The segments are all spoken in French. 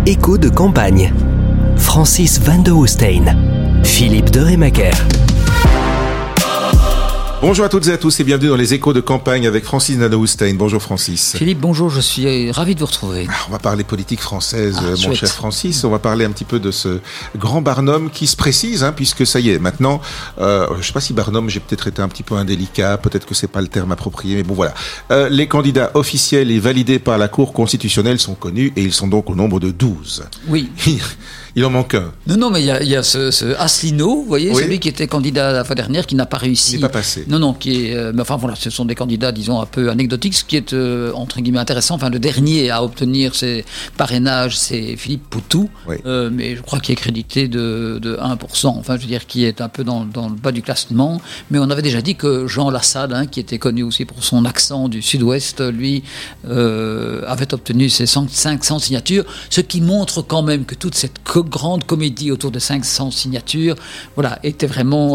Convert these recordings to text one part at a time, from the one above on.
Échos de campagne. Francis van de Hoestein, Philippe de Remaker. Bonjour à toutes et à tous et bienvenue dans les Échos de campagne avec Francis van de Hoestein. Bonjour Francis. Philippe, bonjour, je suis ravi de vous retrouver. On va parler politique française, mon chouette. cher Francis. On va parler un petit peu de ce grand Barnum qui se précise, puisque ça y est, maintenant, je ne sais pas si Barnum, j'ai peut-être été un petit peu indélicat, peut-être que c'est pas le terme approprié, mais bon voilà. Les candidats officiels et validés par la Cour constitutionnelle sont connus et ils sont donc au nombre de 12. Oui. Il en manque un. Non, mais il y a ce Asselineau, vous voyez, Oui. celui qui était candidat la fois dernière, qui n'a pas réussi. Il n'est pas passé. Non, qui est. Mais enfin voilà, ce sont des candidats, disons, un peu anecdotiques. Ce qui est, entre guillemets, intéressant, enfin, le dernier à obtenir ses parrainages, c'est Philippe Poutou. Oui. Mais je crois qu'il est crédité de 1%. Enfin, je veux dire, qui est un peu dans le bas du classement. Mais on avait déjà dit que Jean Lassalle, qui était connu aussi pour son accent du sud-ouest, lui, avait obtenu ses 500 signatures. Ce qui montre quand même que toute cette grande comédie autour de 500 signatures, voilà, était vraiment,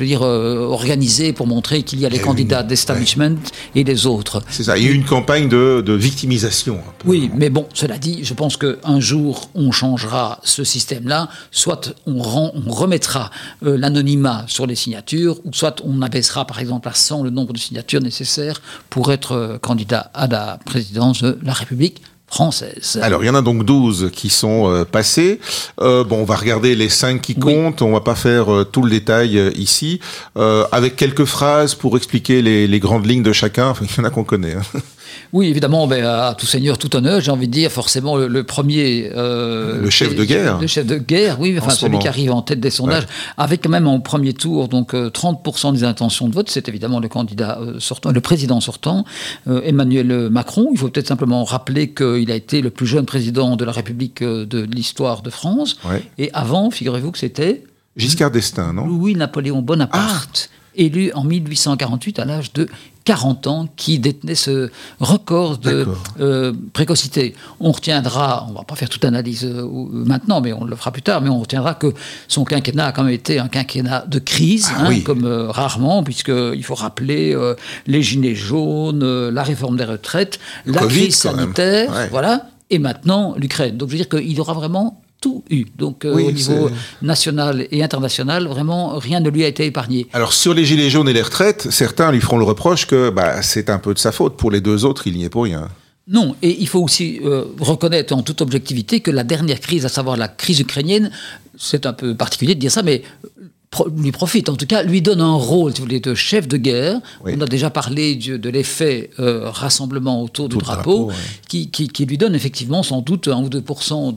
organisée pour montrer qu'il y a les candidats d'establishment et les autres. C'est ça, il y a eu une campagne de victimisation. Un peu. Oui, mais bon, cela dit, je pense qu'un jour, on changera ce système-là, soit on remettra l'anonymat sur les signatures, ou soit on abaissera, par exemple, à 100 le nombre de signatures nécessaires pour être candidat à la présidence de la République française. Alors, il y en a donc 12 qui sont passés. On va regarder les 5 qui comptent. On va pas faire tout le détail ici. Avec quelques phrases pour expliquer les grandes lignes de chacun. Enfin, il y en a qu'on connaît. Oui, évidemment, à tout seigneur, tout honneur, j'ai envie de dire, forcément, le premier... le chef de guerre. Le chef de guerre, oui, enfin, celui qui arrive en tête des sondages, avec quand même en premier tour, donc 30% des intentions de vote, c'est évidemment le candidat sortant, le président sortant, Emmanuel Macron. Il faut peut-être simplement rappeler qu'il a été le plus jeune président de la République de l'histoire de France. Ouais. Et avant, figurez-vous que c'était... Giscard d'Estaing, non ? Louis-Napoléon Bonaparte, élu en 1848 à l'âge de 40 ans, qui détenait ce record de précocité. On retiendra, on ne va pas faire toute analyse maintenant, mais on le fera plus tard, mais on retiendra que son quinquennat a quand même été un quinquennat de crise, comme rarement, puisqu'il faut rappeler les gilets jaunes, la réforme des retraites, la crise sanitaire, voilà, et maintenant l'Ukraine. Donc je veux dire qu'il aura vraiment tout eu. Donc au niveau national et international, vraiment rien ne lui a été épargné. Alors sur les gilets jaunes et les retraites, certains lui feront le reproche que c'est un peu de sa faute. Pour les deux autres, il n'y est pour rien. Non, et il faut aussi reconnaître en toute objectivité que la dernière crise, à savoir la crise ukrainienne, c'est un peu particulier de dire ça, mais lui profite, en tout cas, lui donne un rôle, si vous voulez, de chef de guerre. Oui. On a déjà parlé de l'effet rassemblement autour du drapeau, qui lui donne effectivement sans doute 1 ou 2%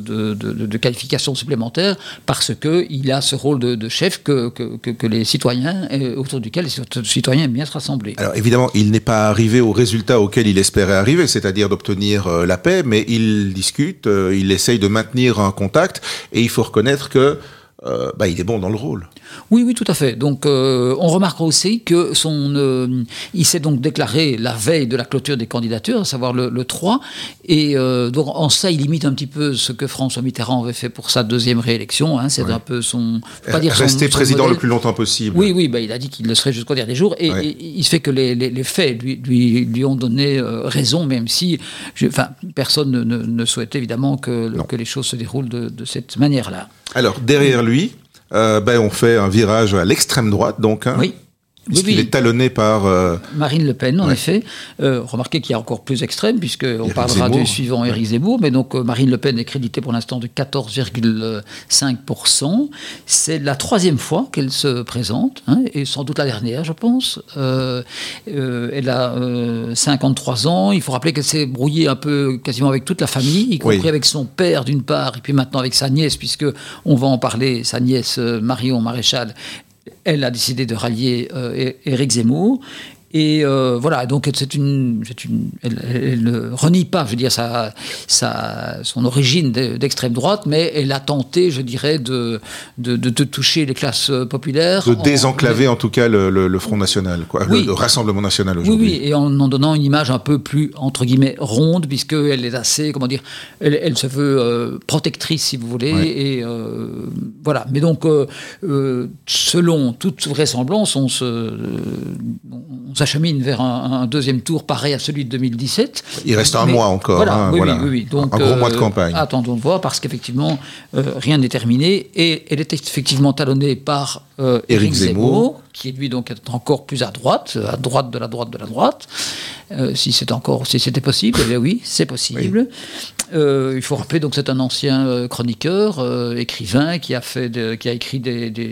de qualification supplémentaire, parce qu'il a ce rôle de chef que les citoyens, autour duquel les citoyens aiment bien se rassembler. Alors évidemment, il n'est pas arrivé au résultat auquel il espérait arriver, c'est-à-dire d'obtenir la paix, mais il discute, il essaye de maintenir un contact, et il faut reconnaître que il est bon dans le rôle. Oui, tout à fait. Donc, on remarquera aussi que il s'est donc déclaré la veille de la clôture des candidatures, à savoir le 3, et donc en ça, il imite un petit peu ce que François Mitterrand avait fait pour sa deuxième réélection. C'est un peu son... Rester président le plus longtemps possible. Oui, il a dit qu'il le serait jusqu'au dernier jour, et il se fait que les faits lui ont donné raison, même si personne ne souhaitait évidemment que les choses se déroulent de cette manière-là. Alors, derrière lui, on fait un virage à l'extrême droite, donc. Puisqu'il est talonné par... Marine Le Pen, en effet. Remarquez qu'il y a encore plus extrême, puisqu'on parlera du suivant Éric Zemmour. Mais donc, Marine Le Pen est créditée pour l'instant de 14,5%. C'est la 3e fois qu'elle se présente, et sans doute la dernière, je pense. Elle a 53 ans. Il faut rappeler qu'elle s'est brouillée un peu quasiment avec toute la famille, y compris avec son père, d'une part, et puis maintenant avec sa nièce, puisqu'on va en parler, sa nièce Marion Maréchal. Elle a décidé de rallier Éric Zemmour. Et voilà, donc elle ne renie pas, je veux dire, son origine d'extrême droite, mais elle a tenté, je dirais, de toucher les classes populaires. De désenclaver en tout cas le Front National, le Rassemblement National aujourd'hui. Oui, et en donnant une image un peu plus, entre guillemets, ronde, puisqu'elle est assez, elle se veut protectrice, si vous voulez, et voilà. Mais donc, selon toute vraisemblance, on s'achemine vers un deuxième tour pareil à celui de 2017. Il reste un mois encore. Voilà, oui. Donc, un gros mois de campagne. Attendons de voir, parce qu'effectivement, rien n'est terminé. Et elle est effectivement talonnée par Éric Zemmour, qui lui donc est encore plus à droite de la droite de la droite. Si c'était possible, eh bien oui, c'est possible. Oui. Il faut rappeler donc c'est un ancien chroniqueur, écrivain qui a écrit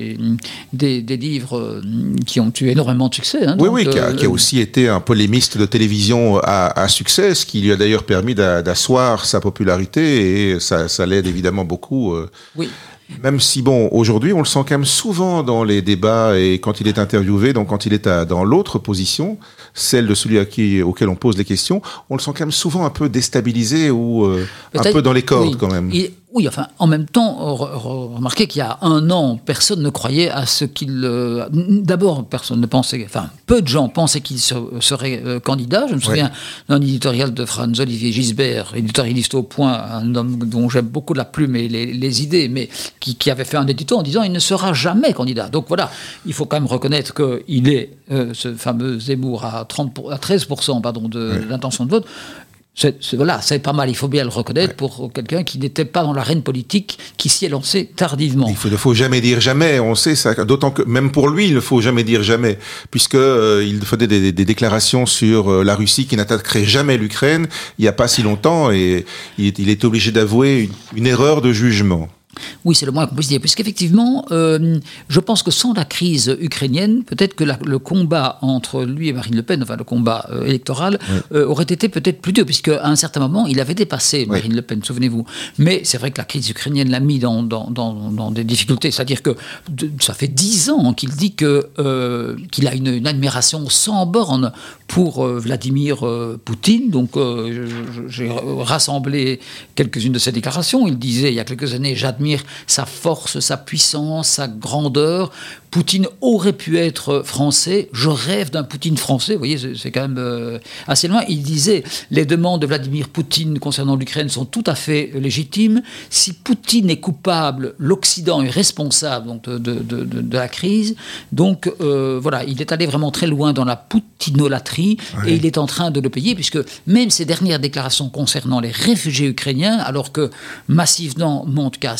des livres qui ont eu énormément de succès. Hein, qui a aussi été un polémiste de télévision à succès, ce qui lui a d'ailleurs permis d'asseoir sa popularité et ça l'aide évidemment beaucoup. Oui. Même si, aujourd'hui, on le sent quand même souvent dans les débats et quand il est interviewé, donc quand il est dans l'autre position, celle de celui auquel on pose les questions, on le sent quand même souvent un peu déstabilisé ou un peu dans les cordes quand même. Oui, enfin, en même temps, remarquez qu'il y a un an, personne ne croyait à ce qu'il... D'abord, personne ne pensait... Enfin, peu de gens pensaient qu'il serait candidat. Je me souviens d'un éditorial de Franz-Olivier Gisbert, éditorialiste au Point, un homme dont j'aime beaucoup la plume et les idées, mais qui avait fait un édito en disant « il ne sera jamais candidat ». Donc voilà, il faut quand même reconnaître qu'il est, ce fameux Zemmour, à 13% d'intention de vote. C'est pas mal, il faut bien le reconnaître pour quelqu'un qui n'était pas dans l'arène politique, qui s'y est lancé tardivement. Il ne faut jamais dire jamais, on sait ça, d'autant que même pour lui, il ne faut jamais dire jamais, puisque il faisait des déclarations sur la Russie qui n'attaquerait jamais l'Ukraine il n'y a pas si longtemps, et il est obligé d'avouer une erreur de jugement. Oui, c'est le moins qu'on puisse dire. Puisqu'effectivement, je pense que sans la crise ukrainienne, peut-être que le combat entre lui et Marine Le Pen, enfin le combat électoral, aurait été peut-être plus dur, puisqu'à un certain moment, il avait dépassé Marine Le Pen, souvenez-vous. Mais c'est vrai que la crise ukrainienne l'a mis dans des difficultés. C'est-à-dire que ça fait 10 ans qu'il dit qu'il a une admiration sans borne pour Vladimir Poutine. Donc, j'ai rassemblé quelques-unes de ses déclarations. Il disait, il y a quelques années, j'admire sa force, sa puissance, sa grandeur. Poutine aurait pu être français. Je rêve d'un Poutine français. Vous voyez, c'est quand même assez loin. Il disait, les demandes de Vladimir Poutine concernant l'Ukraine sont tout à fait légitimes. Si Poutine est coupable, l'Occident est responsable donc, de la crise. Donc, voilà, il est allé vraiment très loin dans la poutinolâtrie et il est en train de le payer, puisque même ses dernières déclarations concernant les réfugiés ukrainiens, alors que massivement montre qu'à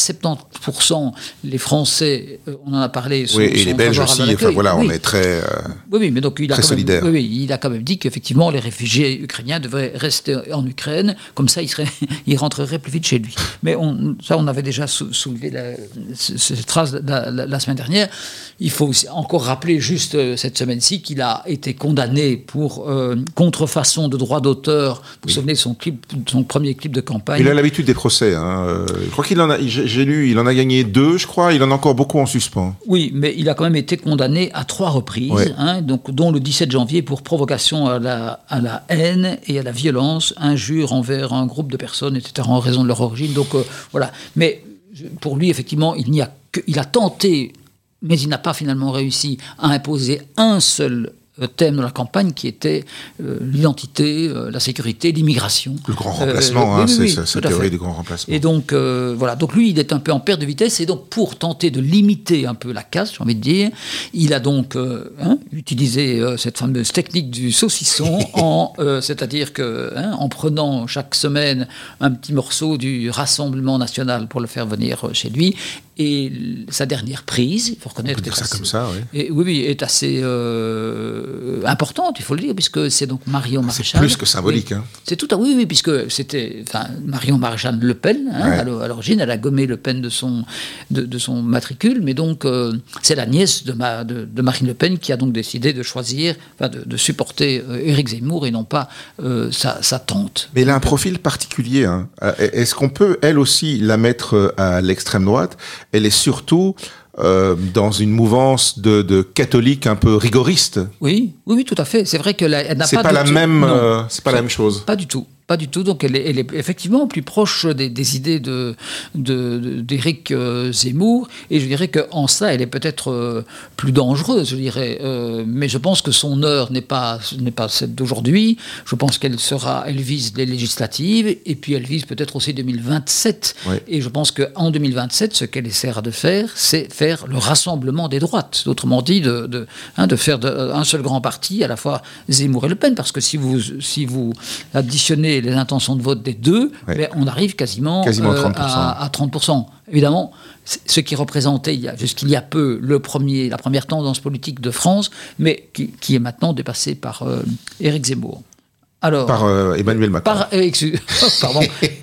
70% les Français, on en a parlé, sont et les Belges aussi, enfin voilà, on est très, mais donc il a très solidaires. Il a quand même dit qu'effectivement les réfugiés ukrainiens devraient rester en Ukraine, comme ça il rentrerait plus vite chez lui. Mais on avait déjà soulevé cette phrase la semaine dernière. Il faut encore rappeler juste cette semaine-ci qu'il a été condamné pour contrefaçon de droits d'auteur. Vous vous souvenez de son premier clip de campagne. Il a l'habitude des procès. Je crois qu'il en a, j'ai lu, il en a gagné 2, je crois. Il en a encore beaucoup en suspens. Oui, mais il a quand même été condamné à 3 reprises, donc, dont le 17 janvier pour provocation à la haine et à la violence, injure envers un groupe de personnes, etc., en raison de leur origine. Donc voilà. Mais pour lui, effectivement, il a tenté, mais il n'a pas finalement réussi à imposer un seul thème de la campagne qui était l'identité, la sécurité, l'immigration. Le grand remplacement, c'est cette théorie du grand remplacement. Et donc, voilà. Donc lui, il est un peu en perte de vitesse. Et donc, pour tenter de limiter un peu la casse, j'ai envie de dire, il a donc utilisé cette fameuse technique du saucisson, c'est-à-dire que, en prenant chaque semaine un petit morceau du Rassemblement national pour le faire venir chez lui. Et sa dernière prise, il faut reconnaître... On peut dire ça comme ça, oui. Oui, est assez importante, il faut le dire, puisque c'est donc Marion Maréchal. C'est plus que symbolique. Oui, c'est tout oui, puisque c'était Marion Maréchal Le Pen, à l'origine, elle a gommé Le Pen de son matricule, mais donc c'est la nièce de Marine Le Pen qui a donc décidé de choisir, de supporter Éric Zemmour et non pas sa tante. Mais elle a un profil particulier. Est-ce qu'on peut, elle aussi, la mettre à l'extrême droite ? Elle est surtout dans une mouvance de catholiques un peu rigoristes. Oui, tout à fait. C'est vrai qu'elle n'a c'est pas pas la même, non, c'est pas la même chose. Pas du tout. Pas du tout. Donc, elle est effectivement plus proche des idées d'Éric Zemmour. Et je dirais qu'en ça, elle est peut-être plus dangereuse, je dirais. Mais je pense que son heure n'est pas celle d'aujourd'hui. Je pense qu'elle vise les législatives. Et puis, elle vise peut-être aussi 2027. Ouais. Et je pense qu'en 2027, ce qu'elle essaiera de faire, c'est faire le rassemblement des droites. Autrement dit, de faire un seul grand parti, à la fois Zemmour et Le Pen. Parce que si vous additionnez les intentions de vote des deux, ouais. On arrive quasiment 30%. À 30%. Évidemment, ce qui représentait jusqu'il y a peu la première tendance politique de France, mais qui est maintenant dépassée par Éric Zemmour. Alors, par Emmanuel Macron. Pardon.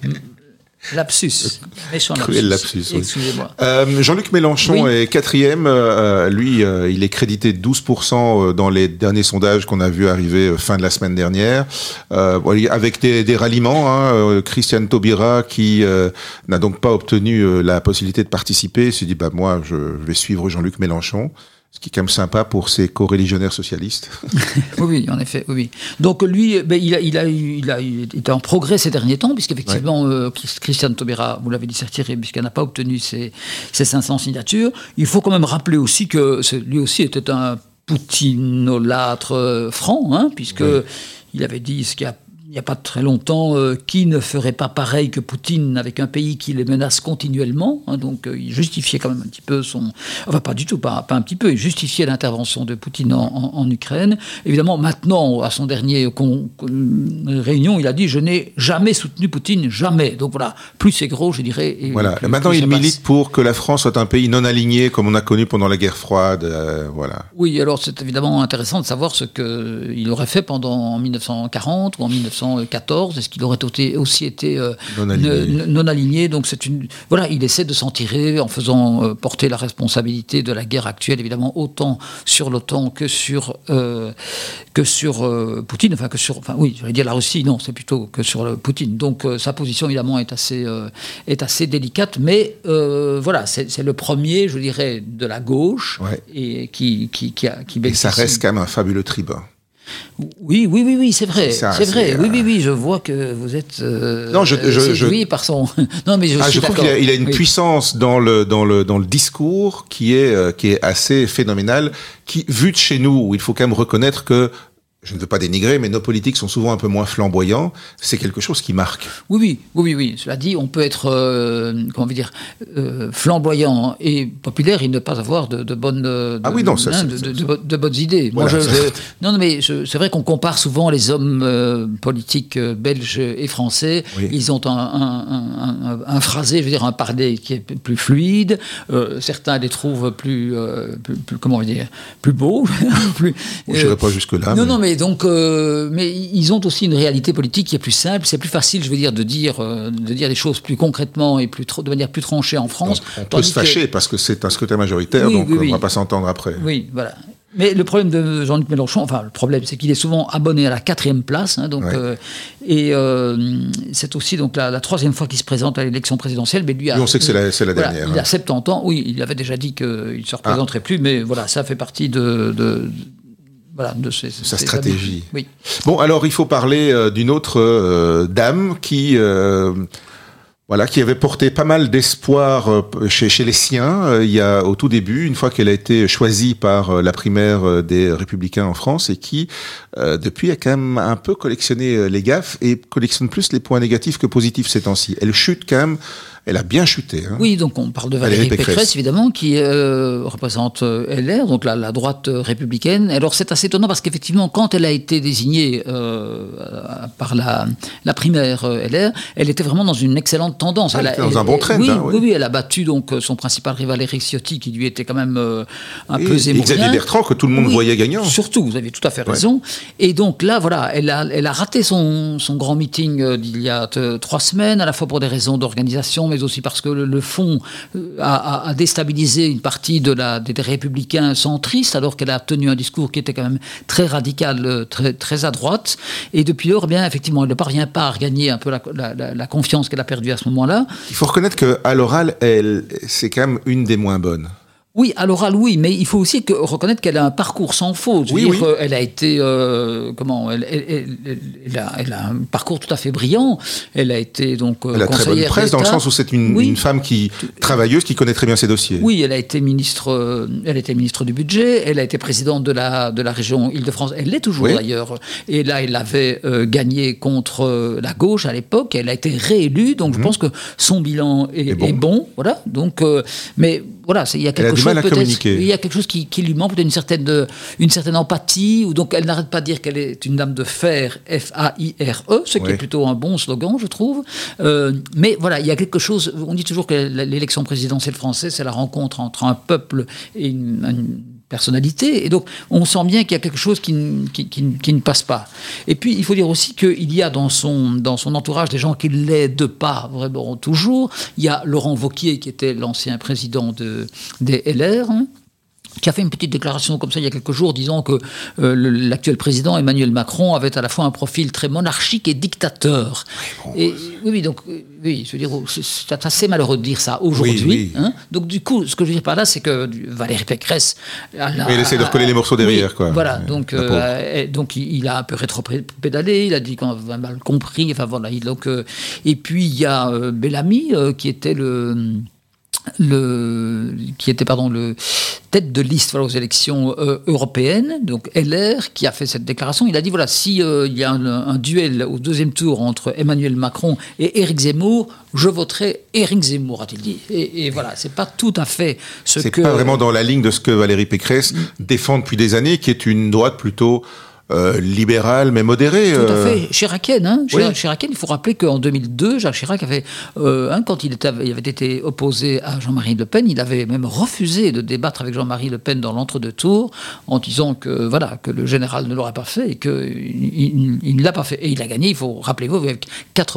Lapsus. Cruel lapsus. Oui. Excusez-moi. Jean-Luc Mélenchon est quatrième. Lui, il est crédité de 12% dans les derniers sondages qu'on a vu arriver fin de la semaine dernière. Avec des ralliements. Christiane Taubira, qui n'a donc pas obtenu la possibilité de participer, s'est dit moi, je vais suivre Jean-Luc Mélenchon. Ce qui est quand même sympa pour ses co-religionnaires socialistes. Oui, en effet, oui. Donc lui, il a été en progrès ces derniers temps, puisqu'effectivement, Christiane Taubira, vous l'avez dit, s'est retirée, puisqu'elle n'a pas obtenu ses 500 signatures. Il faut quand même rappeler aussi que lui aussi était un poutinolâtre franc, puisque il avait dit ce qu'il y a il n'y a pas très longtemps, qui ne ferait pas pareil que Poutine avec un pays qui les menace continuellement, donc il justifiait quand même un petit peu enfin pas du tout, pas un petit peu, il justifiait l'intervention de Poutine en Ukraine. Évidemment, maintenant, à son dernier réunion, il a dit « Je n'ai jamais soutenu Poutine, jamais ». Donc voilà, plus c'est gros, je dirais. Et voilà. Maintenant, il milite pour que la France soit un pays non aligné, comme on a connu pendant la guerre froide. Voilà. Oui, alors c'est évidemment intéressant de savoir ce qu'il aurait fait en 1940 ou en 1914, est-ce qu'il aurait aussi été non aligné. Donc voilà, il essaie de s'en tirer en faisant porter la responsabilité de la guerre actuelle, évidemment, autant sur l'OTAN que sur Poutine, oui, j'allais dire la Russie, non, c'est plutôt que sur Poutine. Donc sa position, évidemment, est assez délicate, mais voilà, c'est le premier, je dirais, de la gauche, et qui bénéficie. Et ça reste quand même un fabuleux tribun. Oui, c'est vrai. C'est vrai. Oui, je vois que vous êtes séduit par son. Non, mais je trouve qu'il a une puissance dans le discours qui est assez phénoménale, qui, vu de chez nous, où il faut quand même reconnaître que, je ne veux pas dénigrer, mais nos politiques sont souvent un peu moins flamboyants. C'est quelque chose qui marque. Oui. Cela dit, on peut être, flamboyant et populaire et ne pas avoir de bonnes, de bonnes idées. Voilà, non, mais c'est vrai qu'on compare souvent les hommes politiques belges et français. Oui. Ils ont un phrasé, je veux dire, un parler qui est plus fluide. Certains les trouvent plus beaux. Je n'irai pas jusque-là. Non, mais donc, mais ils ont aussi une réalité politique qui est plus simple. C'est plus facile, je veux dire, de dire des choses plus concrètement et de manière plus tranchée en France. On peut se fâcher parce que c'est un scrutin majoritaire, on ne va pas s'entendre après. Oui, voilà. Mais le problème de Jean-Luc Mélenchon, le problème, c'est qu'il est souvent abonné à la 4e place. C'est aussi donc la 3e fois qu'il se présente à l'élection présidentielle. Mais lui, on sait que c'est la dernière. Il a 70 ans. Oui, il avait déjà dit qu'il ne se représenterait plus. Mais voilà, ça fait partie de sa stratégie. Oui. Bon, alors il faut parler d'une autre dame qui avait porté pas mal d'espoir chez les siens au tout début, une fois qu'elle a été choisie par la primaire des Républicains en France, et qui depuis a quand même un peu collectionné les gaffes et collectionne plus les points négatifs que positifs ces temps-ci. Elle chute quand même. Elle a bien chuté. Oui, donc on parle de Valérie Pécresse, évidemment, qui représente LR, donc la droite républicaine. Alors c'est assez étonnant parce qu'effectivement, quand elle a été désignée par la primaire LR, elle était vraiment dans une excellente tendance. Elle était dans un bon trend. Oui, elle a battu donc son principal rival Éric Ciotti, qui lui était quand même un peu zémourien. Xavier Bertrand, que tout le monde voyait gagnant. Surtout, vous avez tout à fait raison. Et donc là, voilà, elle a raté son grand meeting d'il y a 3 semaines, à la fois pour des raisons d'organisation, mais aussi parce que le fond a déstabilisé une partie des républicains centristes, alors qu'elle a tenu un discours qui était quand même très radical, très à droite. Et depuis lors, effectivement, elle ne parvient pas à regagner un peu la confiance qu'elle a perdue à ce moment-là. Il faut reconnaître qu'à l'oral, c'est quand même une des moins bonnes. Oui, à l'oral, oui, mais il faut aussi reconnaître qu'elle a un parcours sans faute. Je veux dire, elle a été, elle a un parcours tout à fait brillant. Elle a été donc elle a très bonne presse dans le sens où c'est une femme travailleuse qui connaît très bien ses dossiers. Oui, elle a été ministre du budget. Elle a été présidente de la région Île-de-France. Elle l'est toujours d'ailleurs. Et là, elle avait gagné contre la gauche à l'époque. Elle a été réélue. Donc, je pense que son bilan est bon. Voilà. Donc, mais voilà, il y a quelque chose. Mal à communiquer. Il y a quelque chose qui lui manque, peut-être une certaine empathie, ou donc elle n'arrête pas de dire qu'elle est une dame de fer, F-A-I-R-E, ce qui est plutôt un bon slogan, je trouve. Mais voilà, il y a quelque chose. On dit toujours que l'élection présidentielle française, c'est la rencontre entre un peuple et une personnalité, et donc on sent bien qu'il y a quelque chose qui ne passe pas. Et puis il faut dire aussi qu'il y a dans son entourage des gens qui ne l'aident pas vraiment toujours. Il y a Laurent Wauquiez qui était l'ancien président des LR, qui a fait une petite déclaration comme ça il y a quelques jours, disant que l'actuel président Emmanuel Macron avait à la fois un profil très monarchique et dictateur. Donc je veux dire, c'est assez malheureux de dire ça aujourd'hui. Hein. Donc du coup, ce que je veux dire par là, c'est que Valérie Pécresse, elle essaie de recoller les morceaux derrière, quoi. Voilà, donc il a un peu rétro-pédalé, il a dit qu'on avait mal compris. Enfin voilà, et puis il y a Bellamy qui était le tête de liste aux élections européennes, donc LR, qui a fait cette déclaration. Il a dit, voilà, si il y a un duel au deuxième tour entre Emmanuel Macron et Éric Zemmour, je voterai Éric Zemmour, a-t-il dit. Et voilà, c'est pas tout à fait c'est pas vraiment dans la ligne de ce que Valérie Pécresse défend depuis des années, qui est une droite plutôt libérale mais modérée. Tout à fait, chiracienne. Hein. Chiracienne, il faut rappeler qu'en 2002, Jacques Chirac avait, quand il avait été opposé à Jean-Marie Le Pen, il avait même refusé de débattre avec Jean-Marie Le Pen dans l'entre-deux tours, en disant que le général ne l'aurait pas fait et qu'il ne l'a pas fait. Et il a gagné, rappelez-vous, avec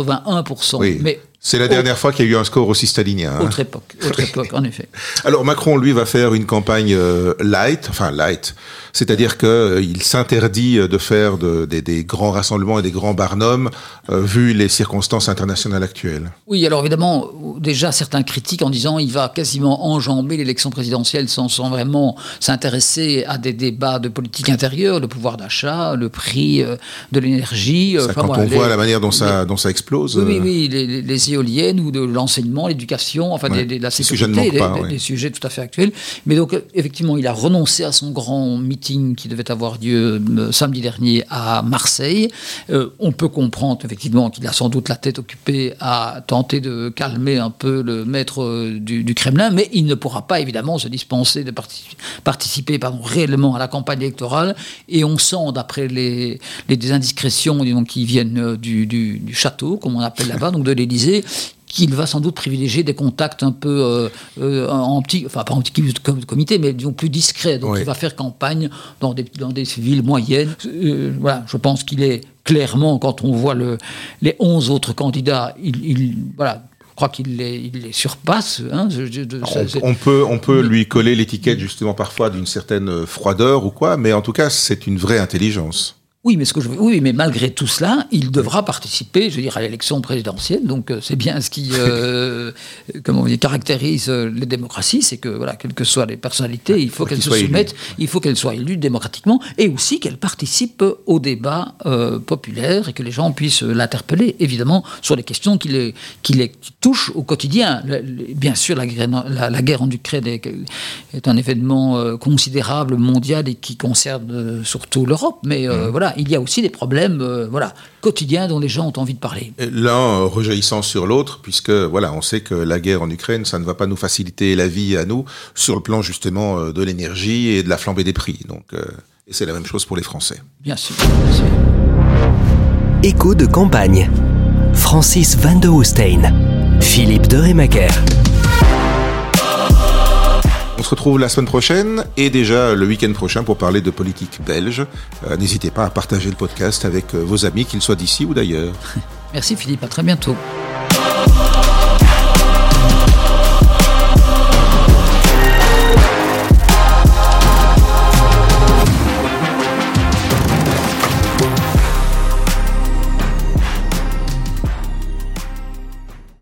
81%. Oui. Mais c'est la dernière fois qu'il y a eu un score aussi stalinien. Autre époque, en effet. Alors Macron, lui, va faire une campagne light, c'est-à-dire qu'il s'interdit de faire des grands rassemblements et des grands barnums, vu les circonstances internationales actuelles. Oui, alors évidemment, déjà certains critiquent en disant il va quasiment enjamber l'élection présidentielle sans vraiment s'intéresser à des débats de politique intérieure, le pouvoir d'achat, le prix de l'énergie. On voit la manière dont ça explose. Oui, les éoliennes ou de l'enseignement, l'éducation, la sécurité, des sujets tout à fait actuels. Mais donc, effectivement, il a renoncé à son grand meeting qui devait avoir lieu samedi dernier à Marseille. On peut comprendre, effectivement, qu'il a sans doute la tête occupée à tenter de calmer un peu le maître du Kremlin, mais il ne pourra pas, évidemment, se dispenser de participer réellement à la campagne électorale. Et on sent, d'après les indiscrétions qui viennent du château, comme on appelle là-bas, donc de l'Élysée, qu'il va sans doute privilégier des contacts un peu pas en petit comité, mais disons plus discrets. Donc il va faire campagne dans des villes moyennes. Je pense qu'il est clairement, quand on voit les 11 autres candidats, je crois qu'il les surpasse. Hein, on peut lui coller l'étiquette justement parfois d'une certaine froideur ou quoi, mais en tout cas c'est une vraie intelligence. Oui, mais malgré tout cela, il devra participer, à l'élection présidentielle. Donc, c'est bien ce qui, caractérise les démocraties, c'est que, quelles que soient les personnalités, il faut qu'elles se soumettent, il faut qu'elles soient élues démocratiquement, et aussi qu'elles participent au débat populaire et que les gens puissent l'interpeller, évidemment, sur les questions qui les touchent au quotidien. Bien sûr, la guerre en Ukraine est un événement considérable, mondial, et qui concerne surtout l'Europe, mais il y a aussi des problèmes quotidiens dont les gens ont envie de parler. L'un rejaillissant sur l'autre, puisque on sait que la guerre en Ukraine, ça ne va pas nous faciliter la vie à nous, sur le plan justement de l'énergie et de la flambée des prix. Donc, et c'est la même chose pour les Français. Bien sûr. Écho de campagne. Francis Van de Hoestein, Philippe de Remaker. On se retrouve la semaine prochaine et déjà le week-end prochain pour parler de politique belge. N'hésitez pas à partager le podcast avec vos amis, qu'ils soient d'ici ou d'ailleurs. Merci Philippe, à très bientôt.